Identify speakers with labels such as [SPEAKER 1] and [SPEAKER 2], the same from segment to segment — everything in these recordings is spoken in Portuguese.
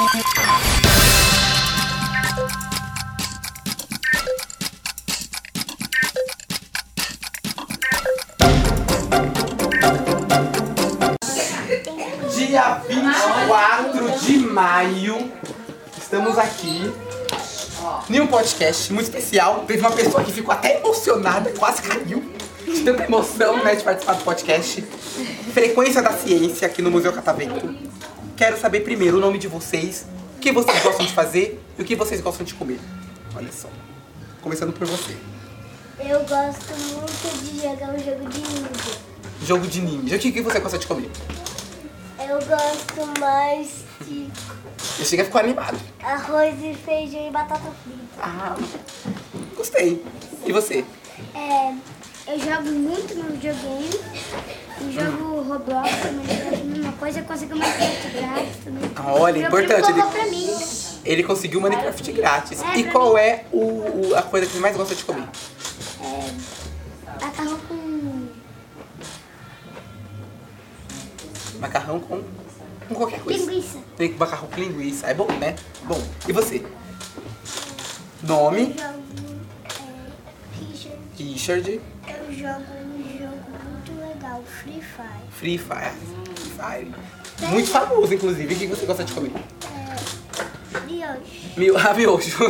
[SPEAKER 1] Dia 24 de maio, estamos aqui em um podcast muito especial. Teve uma pessoa que ficou até emocionada, quase caiu de tanta emoção, né, de participar do podcast. Frequência da Ciência aqui no Museu Catavento. Quero saber primeiro o nome de vocês, o que vocês gostam de fazer e o que vocês gostam de comer. Olha só, começando por você.
[SPEAKER 2] Eu gosto muito de jogar um jogo de ninja.
[SPEAKER 1] Jogo de ninja. O que você gosta de comer?
[SPEAKER 2] Eu gosto mais de
[SPEAKER 1] Eu cheguei a ficar animado.
[SPEAKER 2] arroz e feijão e batata frita.
[SPEAKER 1] Ah, gostei. E você?
[SPEAKER 2] Eu jogo muito no videogame. E jogo Roblox também, é a mesma coisa. Eu consigo Minecraft grátis também.
[SPEAKER 1] Olha, importante.
[SPEAKER 2] Pra mim.
[SPEAKER 1] Ele conseguiu Minecraft grátis. E qual é a coisa que você mais gosta de comer?
[SPEAKER 2] Macarrão com...
[SPEAKER 1] Macarrão com qualquer coisa.
[SPEAKER 2] linguiça.
[SPEAKER 1] Tem macarrão com linguiça. É bom, né? Bom. E você? Nome?
[SPEAKER 2] Eu jogo Richard.
[SPEAKER 1] Richard.
[SPEAKER 2] Eu jogo um jogo muito legal, Free Fire.
[SPEAKER 1] Free Fire. Free Fire. Muito famoso, inclusive. O que você gosta de comer?
[SPEAKER 2] Miojo.
[SPEAKER 1] Miojo.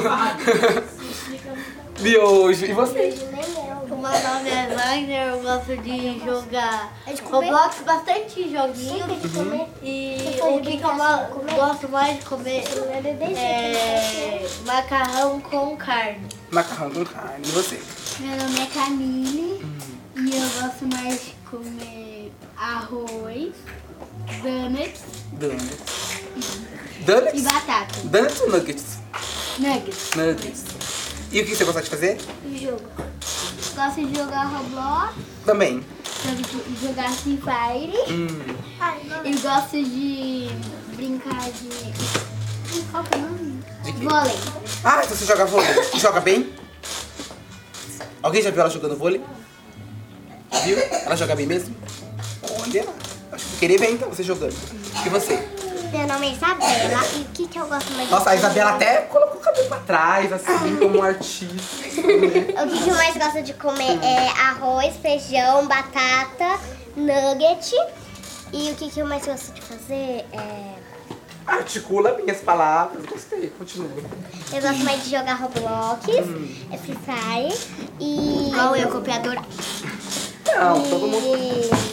[SPEAKER 1] Miojo. E você?
[SPEAKER 3] O meu nome é Wagner, eu gosto de jogar Roblox, bastante joguinhos. E o que eu gosto mais de comer é macarrão com carne.
[SPEAKER 1] Macarrão com carne. E você?
[SPEAKER 3] Meu nome é Camille e eu gosto mais de comer arroz, donuts
[SPEAKER 1] Donuts?
[SPEAKER 3] e batata.
[SPEAKER 1] Donuts ou nuggets?
[SPEAKER 3] Nuggets.
[SPEAKER 1] Nuggets. E o que você gosta de fazer?
[SPEAKER 3] Jogo. Gosto de jogar Roblox,
[SPEAKER 1] Também.
[SPEAKER 3] gosto de jogar Free Fire. E gosto de brincar de... Qual que é o nome?
[SPEAKER 1] De quê?
[SPEAKER 3] Vôlei.
[SPEAKER 1] Ah, então você joga vôlei. E joga bem? Alguém já viu ela jogando vôlei? Viu? Ela joga bem mesmo? Olha, acho que eu queria ver então você jogando. E você?
[SPEAKER 2] Meu nome é Isabela e o que eu gosto mais de
[SPEAKER 1] Nossa, a Isabela até colocou o cabelo pra trás, assim, como um artista. Né?
[SPEAKER 2] O que eu mais gosto de comer é arroz, feijão, batata, nugget. E o que eu mais gosto de fazer é...
[SPEAKER 1] Articula bem as palavras. Gostei, continua.
[SPEAKER 2] Eu gosto mais de jogar Roblox, Free Fire e...
[SPEAKER 3] Igual eu, copiadora.
[SPEAKER 1] Não, todo mundo...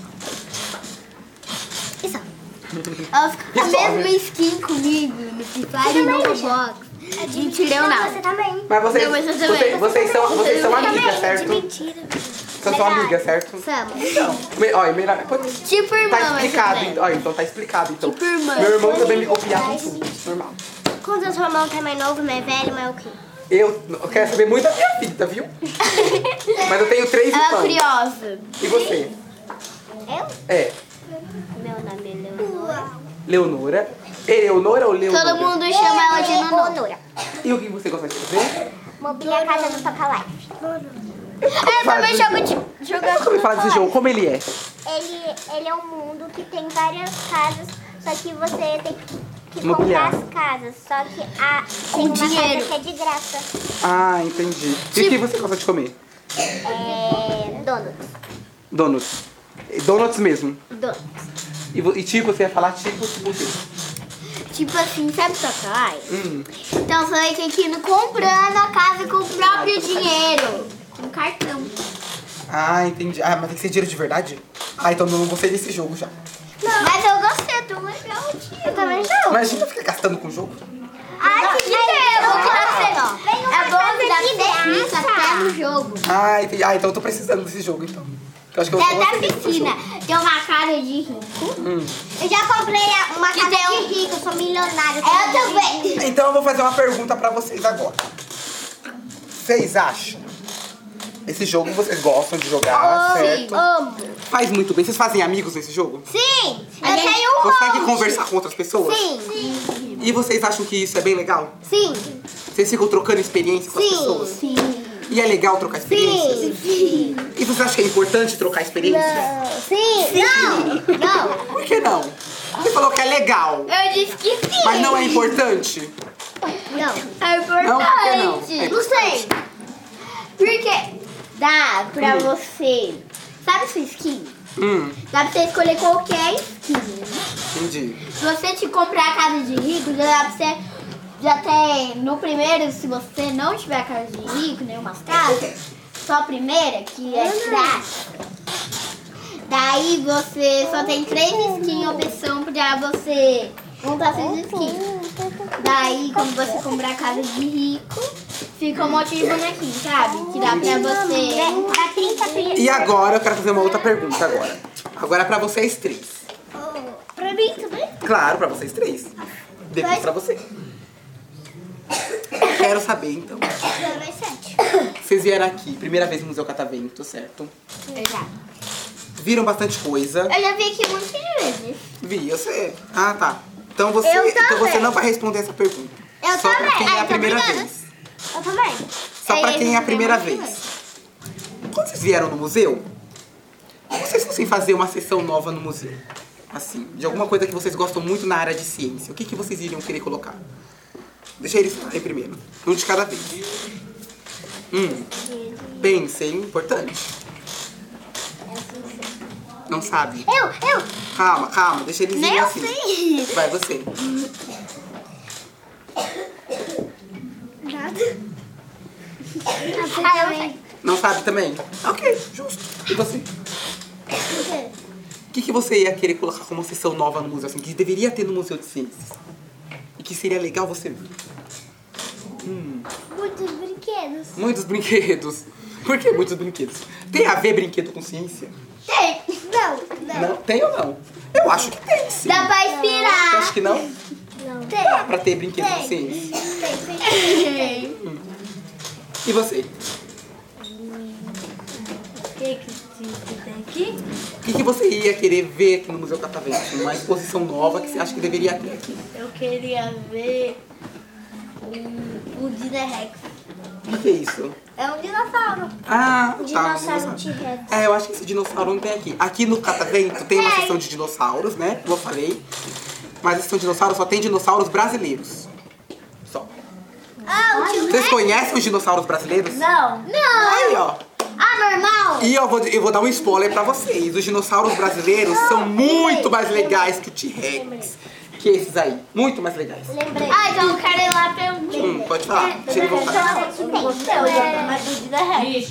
[SPEAKER 2] Isso.
[SPEAKER 3] Ela fica com a mesma skin comigo no Free Fire e no Roblox. Mentira, eu não.
[SPEAKER 2] Você também.
[SPEAKER 1] Mas vocês,
[SPEAKER 3] Não, mas eu também.
[SPEAKER 1] vocês são amigas, certo?
[SPEAKER 2] Mentira.
[SPEAKER 1] Vocês são amigas, certo?
[SPEAKER 2] Somos.
[SPEAKER 1] Então, olha, melhor...
[SPEAKER 3] Tipo irmã,
[SPEAKER 1] Tá
[SPEAKER 3] mas
[SPEAKER 1] explicado,
[SPEAKER 3] tudo bem.
[SPEAKER 1] então. Olha, então tá explicado, então.
[SPEAKER 3] Tipo irmã.
[SPEAKER 1] Meu irmão também me copiava em tudo, normal.
[SPEAKER 2] Quantos seus irmãos tem mais novo, mais velho, mais o quê?
[SPEAKER 1] Eu quero saber muito da minha vida, viu? Mas eu tenho 3
[SPEAKER 3] Ela é
[SPEAKER 1] irmãos.
[SPEAKER 3] curiosa.
[SPEAKER 1] E você?
[SPEAKER 2] Eu?
[SPEAKER 1] É,
[SPEAKER 2] Meu nome é Leonora.
[SPEAKER 1] Leonora. Eleonora ou Leonora?
[SPEAKER 3] Todo mundo chama ela de Nonô.
[SPEAKER 2] Leonora.
[SPEAKER 1] E o que você gosta de fazer?
[SPEAKER 2] Mobília a casa do Toca Life.
[SPEAKER 3] Eu também chamo de jogar.
[SPEAKER 1] Como fala desse jogo? Como ele é?
[SPEAKER 2] Ele é um mundo que tem várias casas, só que você tem que
[SPEAKER 1] Mobiliar.
[SPEAKER 2] comprar as casas. Só que tem uma
[SPEAKER 3] dinheiro.
[SPEAKER 2] casa que é de graça.
[SPEAKER 1] Ah, entendi. E o que você gosta de comer?
[SPEAKER 2] Donuts.
[SPEAKER 1] Donuts. Donuts mesmo.
[SPEAKER 2] Donuts.
[SPEAKER 1] E tipo, você ia falar tipo o quê?
[SPEAKER 3] Tipo assim, sabe Toca Life? Então você tem que ir comprando a casa com o próprio dinheiro. Com cartão.
[SPEAKER 1] Ah, entendi. Ah, mas tem que ser dinheiro de verdade? Ah, então não gostei desse jogo já.
[SPEAKER 3] Mas eu gostei, é tão legal, tio.
[SPEAKER 2] Eu também jogo.
[SPEAKER 1] Imagina ficar gastando com o jogo.
[SPEAKER 3] Ai, que dinheiro! É bom que dá pra
[SPEAKER 2] de
[SPEAKER 3] você fica até no jogo.
[SPEAKER 1] Ah, entendi. Ah, então eu tô precisando desse jogo, então. Eu acho que eu
[SPEAKER 3] Tem
[SPEAKER 1] vou
[SPEAKER 3] até
[SPEAKER 1] gostar desse
[SPEAKER 3] piscina.
[SPEAKER 1] jogo.
[SPEAKER 3] Tem uma cara de rico.
[SPEAKER 2] Eu já comprei uma
[SPEAKER 3] Que
[SPEAKER 2] casa
[SPEAKER 3] tem
[SPEAKER 2] de rico, eu sou milionária.
[SPEAKER 3] Eu também.
[SPEAKER 1] Então eu vou fazer uma pergunta pra vocês agora. Vocês acham? Esse jogo vocês gostam de jogar, certo?
[SPEAKER 3] Amo.
[SPEAKER 1] Faz muito bem. Vocês fazem amigos nesse jogo?
[SPEAKER 2] Sim, eu tenho um
[SPEAKER 1] Consegue
[SPEAKER 2] monte.
[SPEAKER 1] conversar com outras pessoas?
[SPEAKER 2] Sim,
[SPEAKER 1] E vocês acham que isso é bem legal?
[SPEAKER 2] sim,
[SPEAKER 1] Vocês ficam trocando experiência com as
[SPEAKER 2] Sim.
[SPEAKER 1] pessoas?
[SPEAKER 3] Sim.
[SPEAKER 1] E é legal trocar experiências?
[SPEAKER 2] sim.
[SPEAKER 1] E vocês acham que é importante trocar experiência?
[SPEAKER 2] Não, sim, não, não.
[SPEAKER 1] Por que não? Você falou que é legal,
[SPEAKER 3] Eu disse que sim.
[SPEAKER 1] mas não é importante?
[SPEAKER 2] Não.
[SPEAKER 3] É
[SPEAKER 1] Não, por que não?
[SPEAKER 3] importante.
[SPEAKER 1] É
[SPEAKER 3] Não sei. Porque dá pra você... Sabe sua skin? Dá pra você escolher qualquer skin.
[SPEAKER 1] Entendi.
[SPEAKER 3] Se você te comprar a casa de rico, já dá pra você... Já tem... No primeiro, se você não tiver a casa de rico, nenhuma casa, só a primeira, que é grátis. Daí você só tem 3 skins opção pra você montar suas skins. Daí, quando você comprar a casa de rico, fica um monte de bonequinho, sabe? Que dá pra você...
[SPEAKER 1] E agora eu quero fazer uma outra pergunta agora. Agora é pra vocês 3.
[SPEAKER 2] Pra mim também?
[SPEAKER 1] Claro, pra vocês 3. Depois pra você. Quero saber então.
[SPEAKER 2] Também 7.
[SPEAKER 1] Vocês vieram aqui, primeira vez no Museu Catavento, certo?
[SPEAKER 3] Exato.
[SPEAKER 1] Viram bastante coisa.
[SPEAKER 3] Eu já vi aqui muitas vezes.
[SPEAKER 1] Vi, eu sei. Ah, tá. Então você,
[SPEAKER 3] Eu
[SPEAKER 1] então você
[SPEAKER 3] também.
[SPEAKER 1] não vai responder essa pergunta.
[SPEAKER 3] Eu
[SPEAKER 1] Só pra
[SPEAKER 3] também.
[SPEAKER 1] quem é a
[SPEAKER 3] Então,
[SPEAKER 1] primeira
[SPEAKER 3] obrigada.
[SPEAKER 1] vez.
[SPEAKER 3] Eu também.
[SPEAKER 1] Só pra
[SPEAKER 3] Aí,
[SPEAKER 1] quem é a
[SPEAKER 3] eu
[SPEAKER 1] primeira
[SPEAKER 3] também.
[SPEAKER 1] vez. Quando vocês vieram no museu, vocês fossem fazer uma sessão nova no museu, assim, de alguma coisa que vocês gostam muito na área de ciência, o que, que vocês iriam querer colocar? Deixa eles falarem primeiro. Um de cada vez. Pensem, importante. Não sabe?
[SPEAKER 3] Eu.
[SPEAKER 1] Calma, calma, deixa eles
[SPEAKER 3] Nem
[SPEAKER 1] irem
[SPEAKER 3] eu
[SPEAKER 1] assim.
[SPEAKER 3] sei.
[SPEAKER 1] Vai, você.
[SPEAKER 2] Nada.
[SPEAKER 3] Ah, eu sei.
[SPEAKER 1] Não sabe também? Ok, justo. E você? O que você ia querer colocar como sessão nova no museu, assim, que deveria ter no Museu de Ciências? E que seria legal você ver?
[SPEAKER 2] Muitos brinquedos.
[SPEAKER 1] Muitos brinquedos. Por que muitos brinquedos? Tem a ver brinquedo com ciência?
[SPEAKER 3] Tem.
[SPEAKER 1] Não. Tem ou não? Eu acho que tem, sim.
[SPEAKER 3] Dá pra
[SPEAKER 1] Você
[SPEAKER 3] inspirar.
[SPEAKER 1] acha que não?
[SPEAKER 2] Não.
[SPEAKER 1] Dá pra ter brinquedo com ciência.
[SPEAKER 3] Tem.
[SPEAKER 1] E você?
[SPEAKER 3] O que tem aqui?
[SPEAKER 1] O que você ia querer ver aqui no Museu Catavento? Uma exposição nova que você acha que deveria ter aqui?
[SPEAKER 3] Eu queria ver o Dinarex.
[SPEAKER 1] O que é isso?
[SPEAKER 3] É um dinossauro.
[SPEAKER 1] Ah, tá.
[SPEAKER 2] Dinossauro T-Rex.
[SPEAKER 1] É, eu acho que esse dinossauro não tem aqui. Aqui no Catavento tem uma seção de dinossauros, né? Como eu falei. Mas a seção de dinossauros só tem dinossauros brasileiros. Só.
[SPEAKER 3] Ah, o tio
[SPEAKER 1] Vocês conhecem os dinossauros brasileiros?
[SPEAKER 3] Não.
[SPEAKER 1] Aí, ó.
[SPEAKER 3] Ah, normal.
[SPEAKER 1] E eu vou dar um spoiler pra vocês. Os dinossauros brasileiros são muito mais legais que o T-Rex. Que esses aí. Muito mais legais.
[SPEAKER 2] Lembrei.
[SPEAKER 3] Ah, então eu quero ir lá ver um.
[SPEAKER 1] Pode falar. Deixa ele voltar.
[SPEAKER 3] Mas o Dinarex.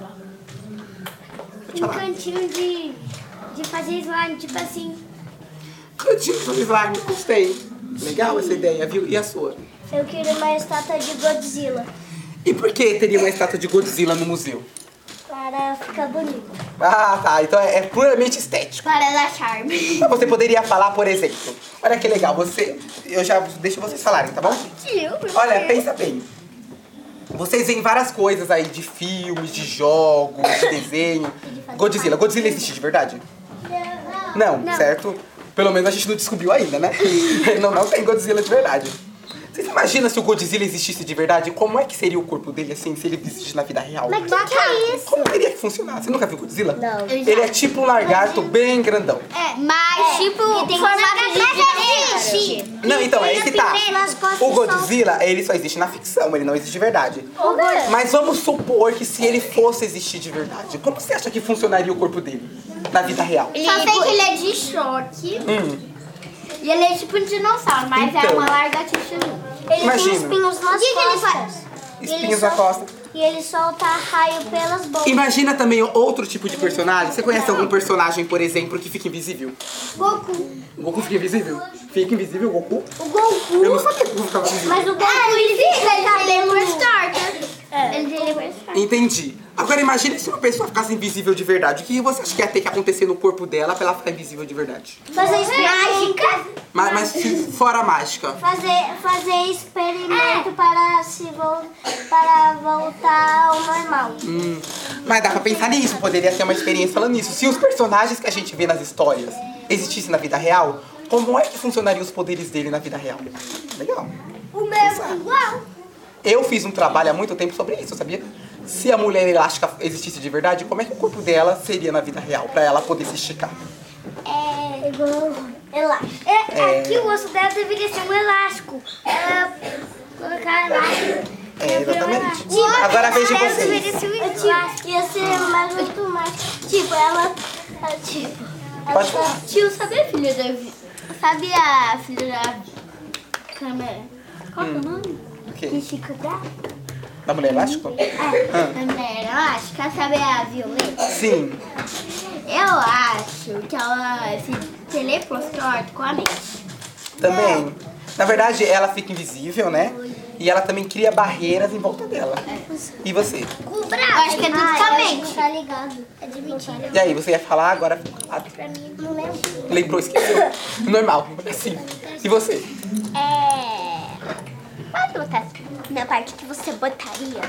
[SPEAKER 1] Pode
[SPEAKER 2] Um
[SPEAKER 1] falar.
[SPEAKER 2] cantinho de fazer slime, tipo assim.
[SPEAKER 1] Cantinho sobre slime. Gostei. Legal essa ideia, viu? E a sua?
[SPEAKER 2] Eu queria uma estátua de Godzilla.
[SPEAKER 1] E por que teria uma estátua de Godzilla no museu?
[SPEAKER 2] Para ficar bonito.
[SPEAKER 1] Ah, tá. Então é puramente estético.
[SPEAKER 3] Para dar charme.
[SPEAKER 1] Mas você poderia falar, por exemplo. Olha que legal, eu já deixo vocês falarem, tá bom? Olha, pensa bem. Vocês veem várias coisas aí de filmes, de jogos, de desenho. Godzilla. Godzilla existe de verdade? Não, certo? Pelo menos a gente não descobriu ainda, né? Não tem Godzilla de verdade. Vocês imaginam se o Godzilla existisse de verdade? Como é que seria o corpo dele, assim, se ele existisse na vida real?
[SPEAKER 2] Mas que é isso?
[SPEAKER 1] Como teria que funcionar? Você nunca viu Godzilla?
[SPEAKER 2] Não.
[SPEAKER 1] Ele é tipo um lagarto bem grandão.
[SPEAKER 3] Mas, tipo,
[SPEAKER 2] tem
[SPEAKER 3] formato
[SPEAKER 2] mas
[SPEAKER 3] de
[SPEAKER 2] existe.
[SPEAKER 1] Não, então, é aí que tá.
[SPEAKER 2] Nas costas
[SPEAKER 1] O Godzilla, ele só existe na ficção, ele não existe de verdade. Mas vamos supor que se ele fosse existir de verdade, como você acha que funcionaria o corpo dele na vida real?
[SPEAKER 3] Só sei que ele é de choque. E ele é tipo um dinossauro, mas é
[SPEAKER 1] Então.
[SPEAKER 3] uma lagartixa.
[SPEAKER 2] Ele
[SPEAKER 1] Imagina.
[SPEAKER 2] tem espinhos nas
[SPEAKER 3] O que que ele
[SPEAKER 2] costas.
[SPEAKER 1] Espinhos na costa.
[SPEAKER 2] E ele solta raio pelas bocas.
[SPEAKER 1] Imagina também outro tipo de personagem. Você conhece algum personagem, por exemplo, que fica invisível?
[SPEAKER 2] Goku.
[SPEAKER 1] O Goku fica invisível? Fica invisível o Goku?
[SPEAKER 2] O Goku.
[SPEAKER 1] Eu não sabia que o Goku ficava invisível.
[SPEAKER 2] Mas o Goku
[SPEAKER 3] Ele fica, ele tá bem
[SPEAKER 2] cabelo-
[SPEAKER 3] starter. Ele tem bem starter.
[SPEAKER 1] Entendi. Agora imagine se uma pessoa ficasse invisível de verdade. O que você acha que ia ter que acontecer no corpo dela pra ela ficar invisível de verdade?
[SPEAKER 2] Fazer mágica.
[SPEAKER 1] Mas se fora a mágica.
[SPEAKER 2] Fazer experimento para voltar ao normal.
[SPEAKER 1] Mas dá pra pensar nisso, poderia ser uma experiência falando nisso. Se os personagens que a gente vê nas histórias existissem na vida real, como é que funcionariam os poderes dele na vida real? Legal.
[SPEAKER 2] O mesmo igual.
[SPEAKER 1] Eu fiz um trabalho há muito tempo sobre isso, sabia? Se a mulher elástica existisse de verdade, como é que o corpo dela seria na vida real, pra ela poder se esticar?
[SPEAKER 2] É igual Elástico. Aqui o osso dela deveria ser um elástico. Ela colocar elástico.
[SPEAKER 1] Exatamente. Agora veja vocês.
[SPEAKER 2] Deveria ser um elástico.
[SPEAKER 3] Ia ser mais automático. Tipo, ela...
[SPEAKER 1] Pode falar.
[SPEAKER 3] Tio, sabe a filha da... Sabe a filha da... Câmera? Qual que é o nome?
[SPEAKER 1] Ok.
[SPEAKER 3] Chico da...
[SPEAKER 1] Da mulher elástico?
[SPEAKER 3] A mulher elástica, sabe a Violeta?
[SPEAKER 1] Sim.
[SPEAKER 3] Eu acho que ela se teletransporta com a mente.
[SPEAKER 1] Também. Na verdade, ela fica invisível, né? E ela também cria barreiras em volta dela. E você?
[SPEAKER 2] O braço.
[SPEAKER 3] Eu acho que é tudo com a mente.
[SPEAKER 2] Tá ligado. É de mentira.
[SPEAKER 1] E aí, você ia falar agora? Ficou calado.
[SPEAKER 2] Pra mim, não lembro.
[SPEAKER 1] Lembrou, esqueceu. Normal, assim. E você?
[SPEAKER 2] Pode botar na parte que você botaria.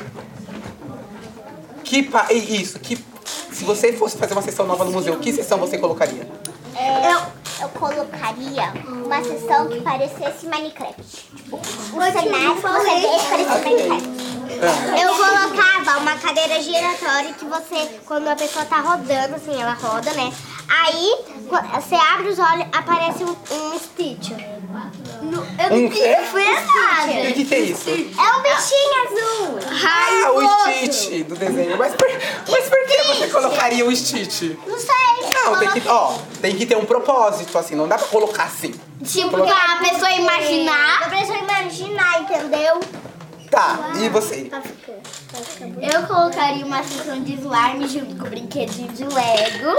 [SPEAKER 1] Isso, se você fosse fazer uma sessão nova no museu, que sessão você colocaria?
[SPEAKER 2] Eu colocaria uma sessão que parecesse Minecraft. Tipo, o cenário que você vê parecia Minecraft. Eu colocava uma cadeira giratória que você, quando a pessoa tá rodando, assim, ela roda, né? Aí, você abre os olhos, aparece um Stitch.
[SPEAKER 1] Um quê?
[SPEAKER 2] Fui errada.
[SPEAKER 1] E o que é isso?
[SPEAKER 2] É um bichinho azul.
[SPEAKER 1] Ah, o Stitch do desenho. Mas por que você colocaria o Stitch?
[SPEAKER 2] Não sei.
[SPEAKER 1] Não, tem que ter um propósito, assim, não dá pra colocar assim.
[SPEAKER 3] Tipo, pra a pessoa imaginar.
[SPEAKER 2] A pessoa imaginar, entendeu?
[SPEAKER 1] Tá, e você?
[SPEAKER 3] Eu colocaria uma sessão de slime junto com o brinquedinho de Lego.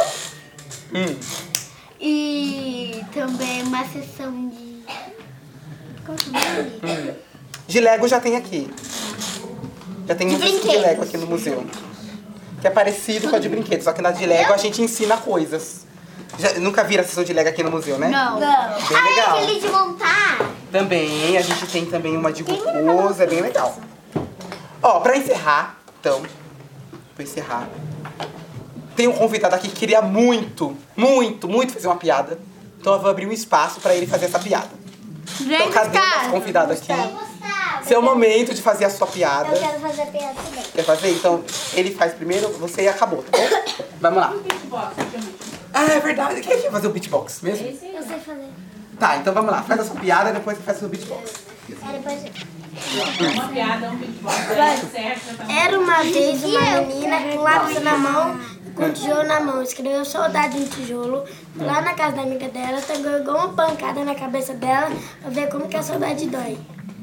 [SPEAKER 3] E também uma sessão de... Qual que é o nome?
[SPEAKER 1] De Lego já tem aqui. Já tem um de Lego aqui no museu. Que é parecido com a de brinquedos, só que na de Lego a gente ensina coisas. Nunca viram a sessão de Lego aqui no museu, né?
[SPEAKER 3] Não.
[SPEAKER 1] Bem legal.
[SPEAKER 2] Aquele de montar.
[SPEAKER 1] Também, a gente tem também uma de Goku, é bem legal. Ó, pra encerrar, então, tem um convidado aqui que queria muito fazer uma piada. Então eu vou abrir um espaço pra ele fazer essa piada. Então cadê o nosso convidado aqui? Seu momento de fazer a sua piada.
[SPEAKER 2] Eu quero fazer a piada também.
[SPEAKER 1] Quer fazer? Então ele faz primeiro, você e acabou, tá bom? Vamos lá. Ah, é verdade. Quem é que vai fazer o beatbox mesmo?
[SPEAKER 2] Eu sei fazer.
[SPEAKER 1] Tá, então vamos lá. Faz a sua piada e depois você faz o seu beatbox.
[SPEAKER 4] Uma piada, um beatbox, certo?
[SPEAKER 2] Era uma vez uma menina com lápis na mão e com tijolo na mão. Escreveu saudade no tijolo. Lá na casa da amiga dela, pegou uma pancada na cabeça dela pra ver como que a saudade dói.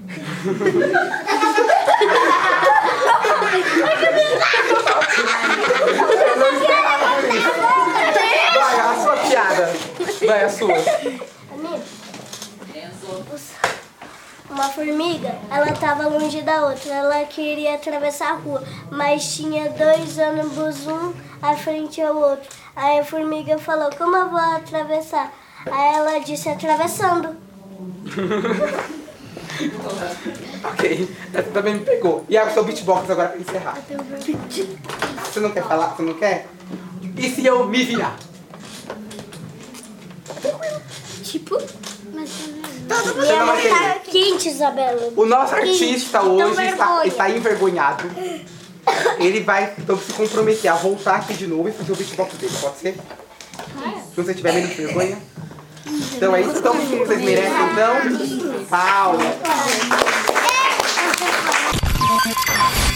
[SPEAKER 1] Vai, a sua piada. Vai, a sua.
[SPEAKER 2] Uma formiga, ela estava longe da outra. Ela queria atravessar a rua, mas tinha 2 ônibus, um à frente ao outro. Aí a formiga falou, como eu vou atravessar? Aí ela disse, atravessando.
[SPEAKER 1] Ok, essa também me pegou. E o seu beatbox agora pra encerrar. Você não quer falar? Você não quer? E se eu me virar?
[SPEAKER 2] Tipo? Todo mundo tá quente, Isabela.
[SPEAKER 1] O nosso artista
[SPEAKER 2] Então,
[SPEAKER 1] hoje
[SPEAKER 2] vergonha.
[SPEAKER 1] está envergonhado. Ele vai então se comprometer a voltar aqui de novo e fazer o beatbox dele, pode ser? Se você tiver menos vergonha. Então é isso, então vocês merecem então. Palmas.